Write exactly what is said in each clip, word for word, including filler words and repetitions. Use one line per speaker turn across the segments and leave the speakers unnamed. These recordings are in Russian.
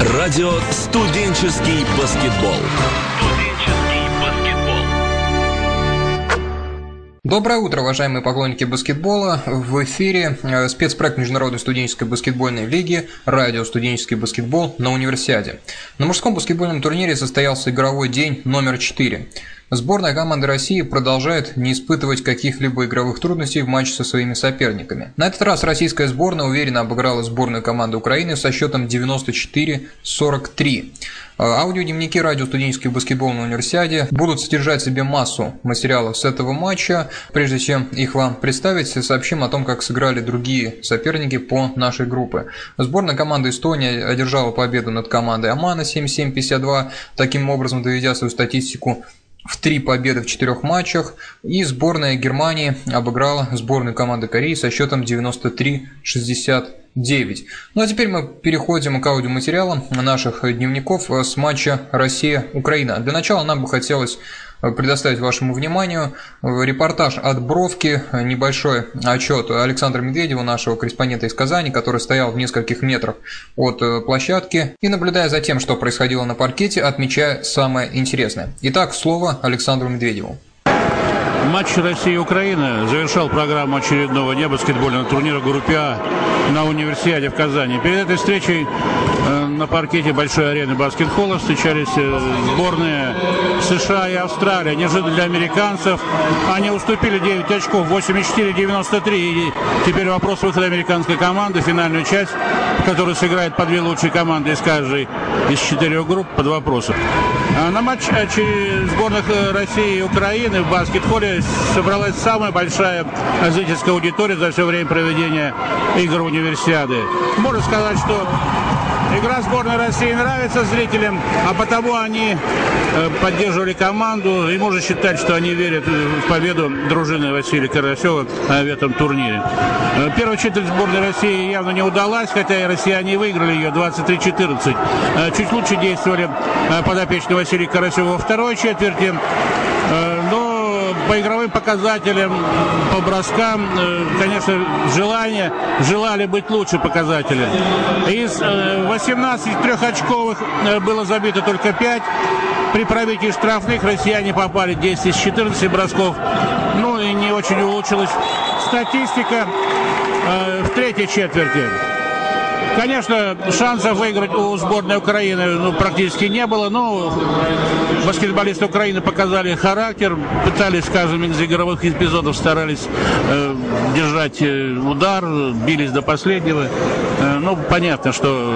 Радио «Студенческий баскетбол».
Доброе утро, уважаемые поклонники баскетбола. В эфире спецпроект Международной студенческой баскетбольной лиги «Радио Студенческий баскетбол» на Универсиаде. На мужском баскетбольном турнире состоялся игровой день номер четыре. Сборная команды России продолжает не испытывать каких-либо игровых трудностей в матче со своими соперниками. На этот раз российская сборная уверенно обыграла сборную команды Украины со счетом девяносто четыре сорок три. Аудиодневники «Радио Студенческий баскетбол» на Универсиаде будут содержать в себе массу материалов с этого матча. Прежде чем их вам представить, сообщим о том, как сыграли другие соперники по нашей группе. Сборная команды Эстонии одержала победу над командой Омана семьдесят семь пятьдесят два, таким образом доведя свою статистику в три победы в четырех матчах, и сборная Германии обыграла сборную команды Кореи со счетом девяносто три шестьдесят девять. Ну а теперь мы переходим к аудиоматериалам наших дневников с матча Россия-Украина. Для начала нам бы хотелось предоставить вашему вниманию репортаж от Бровки, небольшой отчет Александра Медведева, нашего корреспондента из Казани, который стоял в нескольких метрах от площадки и, наблюдая за тем, что происходило на паркете, отмечая самое интересное. Итак, слово Александру Медведеву.
Матч Россия-Украина завершал программу очередного дня баскетбольного турнира группе А на Универсиаде в Казани. Перед этой встречей э, на паркете большой арены баскет-холла встречались э, сборные США и Австралии. Неожиданно для американцев они уступили девять очков, восемьдесят четыре девяносто три. И теперь вопрос выхода американской команды в финальную часть, в которой сыграет по две лучшие команды из каждой из четырех групп, под вопросом. А на матч сборных России и Украины в баскет-холле собралась самая большая зрительская аудитория за все время проведения игр Универсиады. Можно сказать, что игра сборной России нравится зрителям, а потому они поддерживали команду, и можно считать, что они верят в победу дружины Василия Карасева в этом турнире. Первая четверть сборной России явно не удалась, хотя и россияне выиграли ее двадцать три четырнадцать. Чуть лучше действовали подопечные Василия Карасева во второй четверти, но по игровым показателям, по броскам, конечно, желание, желали быть лучше показателя. Из восемнадцати трехочковых было забито только пять. При пробитии штрафных россияне попали десять из четырнадцати бросков. Ну и не очень улучшилась статистика в третьей четверти. Конечно, шансов выиграть у сборной Украины ну, практически не было, но баскетболисты Украины показали характер, пытались, скажем, из игровых эпизодов старались э, держать удар, бились до последнего. Э, ну, понятно, что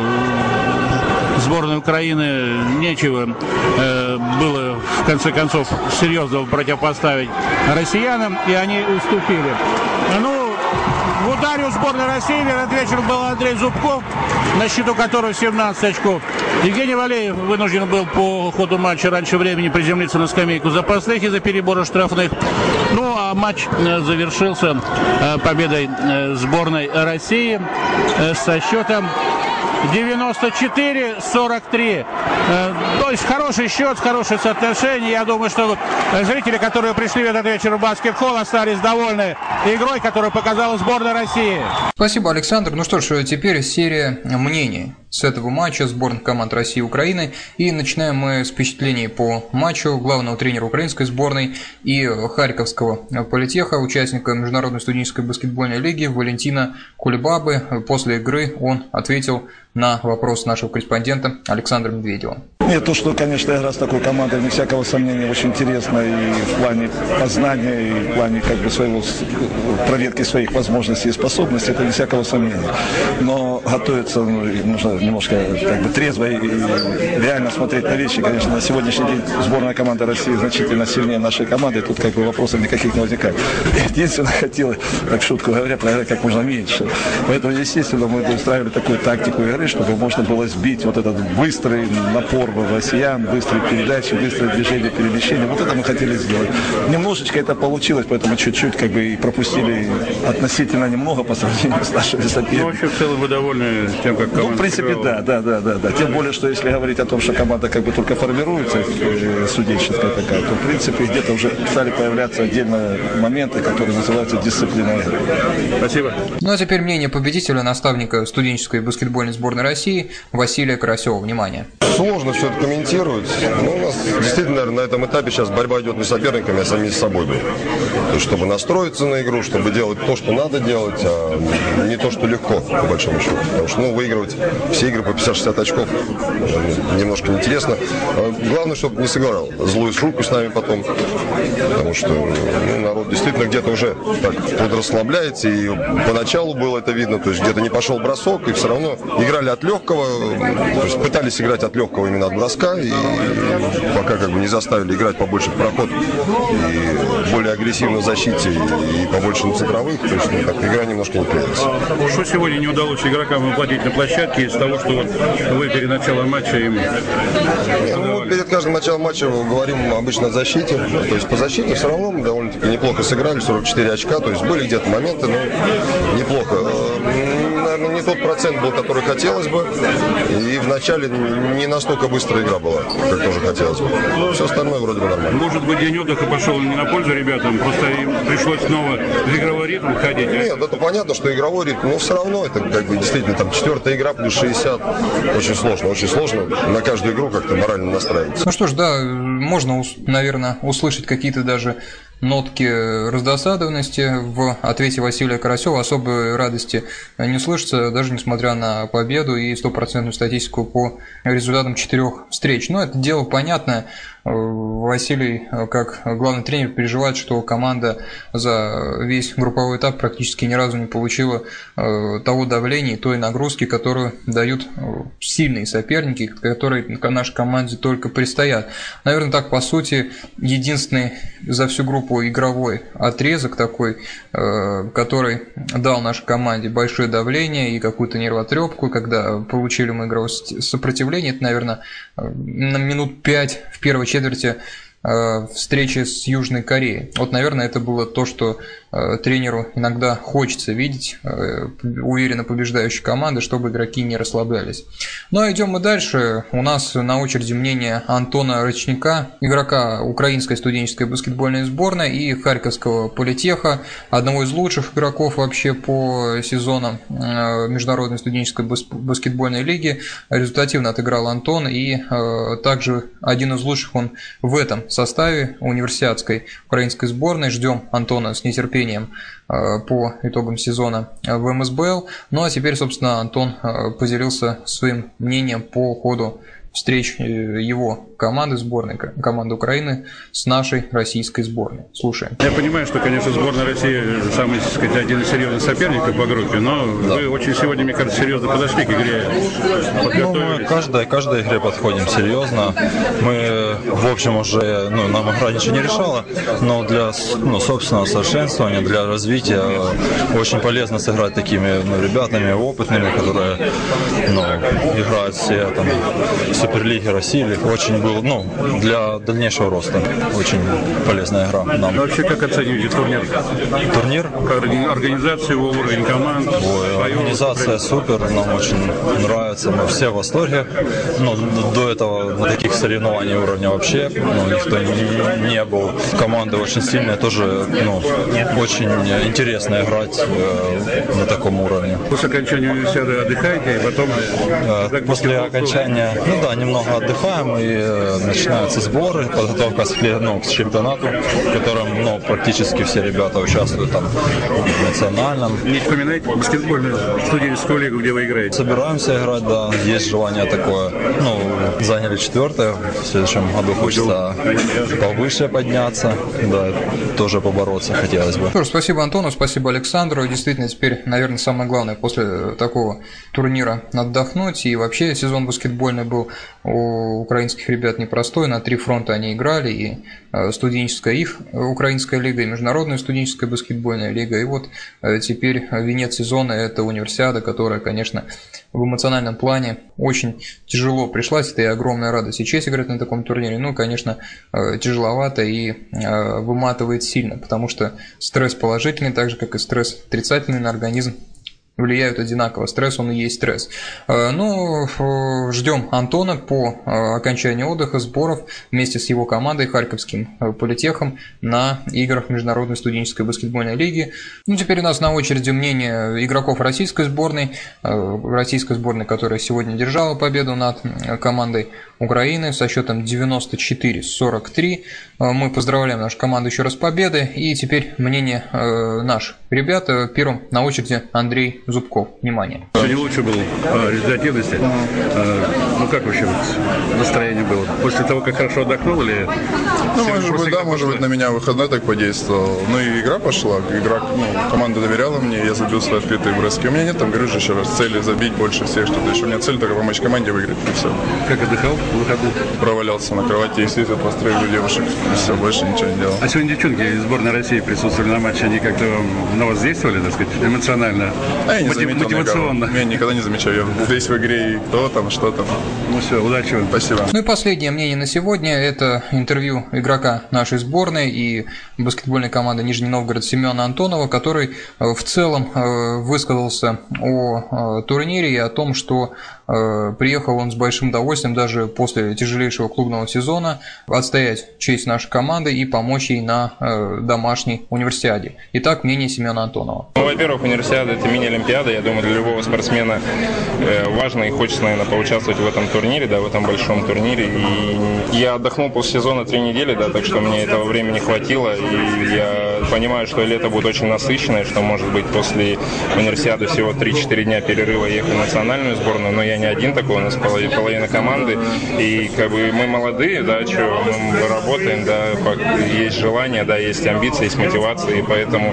сборной Украины нечего э, было, в конце концов, серьезно противопоставить россиянам, и они уступили. Ну, в ударе у сборной России в этот вечер был Андрей Зубков, на счету которого семнадцать очков. Евгений Валеев вынужден был по ходу матча раньше времени приземлиться на скамейку запасных из-за перебора штрафных. Ну, а матч завершился победой сборной России со счетом девяносто четыре сорок три. То есть хороший счет, хорошее соотношение. Я думаю, что зрители, которые пришли в этот вечер в баскет-холл, остались довольны игрой, которую показала сборная России.
Спасибо, Александр. Ну что ж, теперь серия мнений с этого матча сборных команд России и Украины. И начинаем мы с впечатлений по матчу главного тренера украинской сборной и Харьковского политеха, участника Международной студенческой баскетбольной лиги Валентина Кулебабы. После игры он ответил на вопрос нашего корреспондента Александра Медведева.
Нет, то, что, конечно, игра с такой командой, не всякого сомнения, очень интересно и в плане познания, и в плане как бы своего проверки своих возможностей и способностей, это не всякого сомнения. Но готовиться ну, нужно немножко как бы трезво и реально смотреть на вещи. Конечно, на сегодняшний день сборная команда России значительно сильнее нашей команды, тут как бы вопросов никаких не возникает. Единственное, хотел, как шутку говоря, проиграть как можно меньше. Поэтому, естественно, мы устраивали такую тактику игры, чтобы можно было сбить вот этот быстрый напор бы россиян, быстрые передачи, быстрое движение, перемещение. Вот это мы хотели сделать. Немножечко это получилось, поэтому чуть-чуть как бы и пропустили относительно немного по сравнению с нашими соперниками.
Ну, вообще, в целом, вы довольны тем, как команда
Ну, в принципе,
сыграла?
да, да, да, да, да. Тем более, что если говорить о том, что команда как бы только формируется, э, судейческая такая, то, в принципе, где-то уже стали появляться отдельные моменты, которые называются дисциплиной.
Спасибо.
Ну, а теперь мнение победителя, наставника студенческой баскетбольной сборной России Василия Карасева. Внимание.
Сложно все это комментировать. Но у нас действительно, наверное, на этом этапе сейчас борьба идет не с соперниками, а сами с собой. То есть, чтобы настроиться на игру, чтобы делать то, что надо делать, а не то, что легко, по большому счету. Потому что, ну, выигрывать все игры по пятьдесят-шестьдесят очков немножко неинтересно. Главное, чтобы не сыграл злую шутку с нами потом. Потому что, ну, народ действительно где-то уже так подрасслабляется. И поначалу было это видно. То есть, где-то не пошел бросок, и все равно играли от легкого. То есть, пытались играть от легкого именно от броска. И пока как бы не заставили играть побольше в проход и более агрессивно в защите и побольше на центровых. То есть, ну, так, игра немножко не клеилась.
Что сегодня не удалось игрокам воплотить на площадке из того, что вот вы перед началом матча им...
Ну, перед каждым началом матча говорим обычно о защите. То есть по защите все равно мы довольно-таки неплохо сыграли, сорок четыре очка. То есть были где-то моменты, но неплохо. Наверное, не тот процент был, который хотелось бы. И вначале не настолько быстрая игра была, как тоже хотелось бы. Все остальное вроде бы нормально.
Может быть, день отдыха пошел не на пользу ребятам, просто им пришлось снова в игровой ритм ходить.
Нет, это понятно, что игровой ритм, но все равно это как бы действительно там четвертая игра плюс шестьдесят. Очень сложно, очень сложно на каждую игру как-то морально настраиваться.
Ну что ж, да, можно, наверное, услышать какие-то даже нотки раздосадованности в ответе Василия Карасева. Особой радости не слышится, даже несмотря на победу и стопроцентную статистику по результатам четырех встреч. Но это дело понятное. Василий, как главный тренер, переживает, что команда за весь групповой этап практически ни разу не получила того давления и той нагрузки, которую дают сильные соперники, которые нашей команде только предстоят. Наверное, так, по сути, единственный за всю группу игровой отрезок такой, который дал нашей команде большое давление и какую-то нервотрепку, когда получили мы игровое сопротивление, это, наверное, на минут пять в первой четверти встречи с Южной Кореей. Вот, наверное, это было то, что э, тренеру иногда хочется видеть, э, уверенно побеждающей команды, чтобы игроки не расслаблялись. Ну а идем мы дальше. У нас на очереди мнение Антона Рычника, игрока украинской студенческой баскетбольной сборной и Харьковского политеха, одного из лучших игроков вообще по сезонам э, Международной студенческой баскетбольной лиги. Результативно отыграл Антон, и э, также один из лучших он в этом составе универсиадской украинской сборной. Ждем Антона с нетерпением по итогам сезона в эм эс бэ эл. Ну а теперь, собственно, Антон поделился своим мнением по ходу встреч его команды сборной, команды Украины с нашей российской сборной. Слушаем.
Я понимаю, что, конечно, сборная России самый, так сказать, один из серьезных соперников по группе, но да. Вы очень сегодня, мне кажется, серьезно подошли к игре.
Ну, мы каждой, каждой игре подходим серьезно. Мы, в общем, уже, ну, нам игра ничего не решала, но для, ну, собственного совершенствования, для развития очень полезно сыграть такими, ну, ребятами опытными, которые, ну, играют все там Суперлиги России. Очень был, ну, для дальнейшего роста очень полезная игра нам.
Ну, вообще, как оцениваете турнир?
Турнир?
Организация, его уровень команд?
Ой, организация супер, нам очень нравится, мы все в восторге. Ну, до этого на таких соревнований уровня вообще, ну, никто не, не был. Команда очень сильная, тоже, ну, очень интересно играть э, на таком уровне.
После окончания универсиады отдыхаете, и потом...
Э, после окончания, ну да, немного отдыхаем, и э, начинаются сборы, подготовка к, ну, к чемпионату, в котором, ну, практически все ребята участвуют там в национальном.
Не вспоминаете баскетбольную студенческую лигу, где вы играете?
Собираемся играть, да, есть желание такое. Ну, заняли четвертое, в следующем году хочется повыше подняться, да, тоже побороться хотелось бы.
Что ж, спасибо Антону, спасибо Александру. Действительно, теперь, наверное, самое главное после такого турнира надо отдохнуть. И вообще сезон баскетбольный был у украинских ребят непростой. На три фронта они играли. И студенческая их украинская лига, и международная студенческая баскетбольная лига. И вот теперь венец сезона – это универсиада, которая, конечно, в эмоциональном плане очень тяжело пришлась. Это и огромная радость и честь играть на таком турнире. Ну, конечно, тяжеловато и выматывает сильно, потому что стресс положительный, так же, как и стресс отрицательный на организм, влияют одинаково. Стресс, он и есть стресс. Ну, ждем Антона по окончании отдыха, сборов вместе с его командой, Харьковским политехом, на играх Международной студенческой баскетбольной лиги. Ну, теперь у нас на очереди мнение игроков российской сборной. Российской сборной, которая сегодня держала победу над командой Украины со счетом девяносто четыре сорок три. Мы поздравляем нашу команду еще раз с победой. И теперь мнение наших ребят. Первым на очереди Андрей Зубков. Внимание.
Сегодня лучше был по результативности. Ну как вообще настроение было? После того, как хорошо отдохнул или...
Ну, может быть, да, может быть, на меня выходной так подействовал. Ну и игра пошла. Игра, ну, команда доверяла мне, я забил свои открытые броски. У меня нет там, говорю же еще раз, цели забить больше всех, что-то еще. У меня цель только помочь команде выиграть, и все.
Как отдыхал в выходные?
Провалялся на кровати и сидел по стрелю девушек. И все, больше ничего не делал.
А сегодня девчонки из сборной России присутствовали на матче, они как-то на вас действовали, так сказать, эмоционально?
А я не
Мотив,
заметил
мотивационно.
никого. Я никогда не замечаю. Я весь в игре, и кто там, что там.
Ну все, удачи вам.
Спасибо.
Ну и последнее мнение на сегодня – это интервью игрока нашей сборной и баскетбольной команды Нижний Новгород Семена Антонова, который в целом высказался о турнире и о том, что приехал он с большим удовольствием даже после тяжелейшего клубного сезона отстоять честь нашей команды и помочь ей на домашней универсиаде. Итак, мнение Семена Антонова.
Ну, во-первых, универсиада – это мини-олимпиада. Я думаю, для любого спортсмена важно и хочется, наверное, поучаствовать в этом турнире, да, в этом большом турнире. И я отдохнул после сезона три недели, да, так что мне этого времени хватило. И я понимаю, что лето будет очень насыщенное, что, может быть, после универсиады всего три-четыре дня перерыва ехать в национальную сборную, но я не один такой, у нас половина, половина команды, и как бы мы молодые, да, что мы работаем, да, есть желание, да, есть амбиции, есть мотивация, и поэтому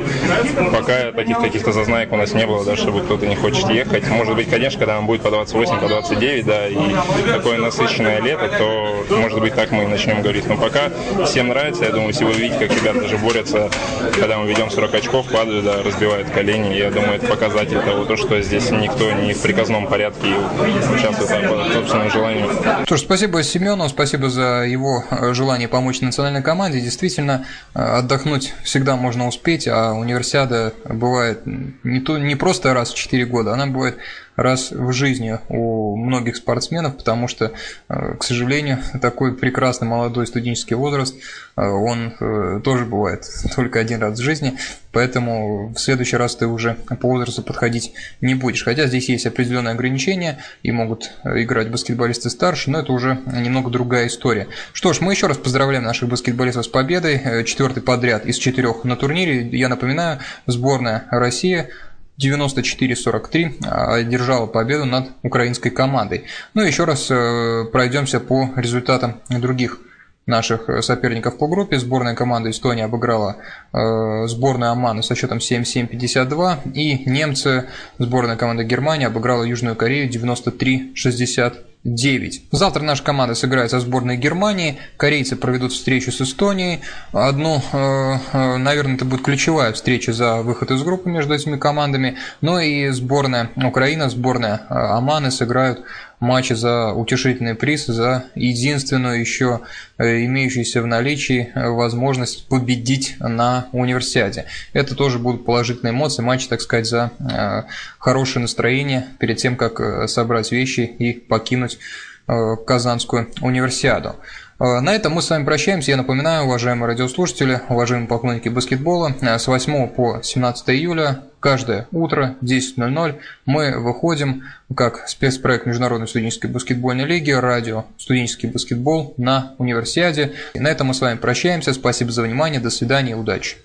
пока таких каких-то зазнаек у нас не было, да, чтобы кто-то не хочет ехать. Может быть, конечно, когда нам будет по двадцать восемь, по двадцать девять, да, и такое насыщенное лето, то, может быть, так мы и начнем говорить. Но пока всем нравится, я думаю, если вы видите, как ребята даже борются, когда мы ведем сорок очков, падают, да, разбивают колени, я думаю, это показатель того, то, что здесь никто не в приказном порядке участвует по собственному желанию.
Что ж, спасибо Семену, спасибо за его желание помочь национальной команде. Действительно, отдохнуть всегда можно успеть, а универсиада бывает не, то, не просто раз в четыре года, она бывает раз в жизни у многих спортсменов, потому что, к сожалению, такой прекрасный молодой студенческий возраст, он тоже бывает только один раз в жизни, поэтому в следующий раз ты уже по возрасту подходить не будешь. Хотя здесь есть определенные ограничения, и могут играть баскетболисты старше, но это уже немного другая история. Что ж, мы еще раз поздравляем наших баскетболистов с победой, четвертый подряд из четырех на турнире. Я напоминаю, сборная России девяносто четыре сорок три одержала победу над украинской командой. Ну и еще раз пройдемся по результатам других наших соперников по группе. Сборная команды Эстонии обыграла сборную Омана со счетом семь семь пятьдесят два, и немцы, сборная команда Германии, обыграла Южную Корею девяносто три шестьдесят девять. Завтра наша команда сыграет со сборной Германии, корейцы проведут встречу с Эстонией. Одну, наверное, это будет ключевая встреча за выход из группы между этими командами. Но и сборная Украина, сборная Омана сыграют матчи за утешительный приз, за единственную еще имеющуюся в наличии возможность победить на универсиаде. Это тоже будут положительные эмоции, матчи, так сказать, за хорошее настроение перед тем, как собрать вещи и покинуть Казанскую универсиаду. На этом мы с вами прощаемся. Я напоминаю, уважаемые радиослушатели, уважаемые поклонники баскетбола, с восьмого по семнадцатое июля каждое утро в десять ноль ноль мы выходим как спецпроект Международной студенческой баскетбольной лиги, радио «Студенческий баскетбол» на универсиаде. И на этом мы с вами прощаемся. Спасибо за внимание. До свидания. Удачи.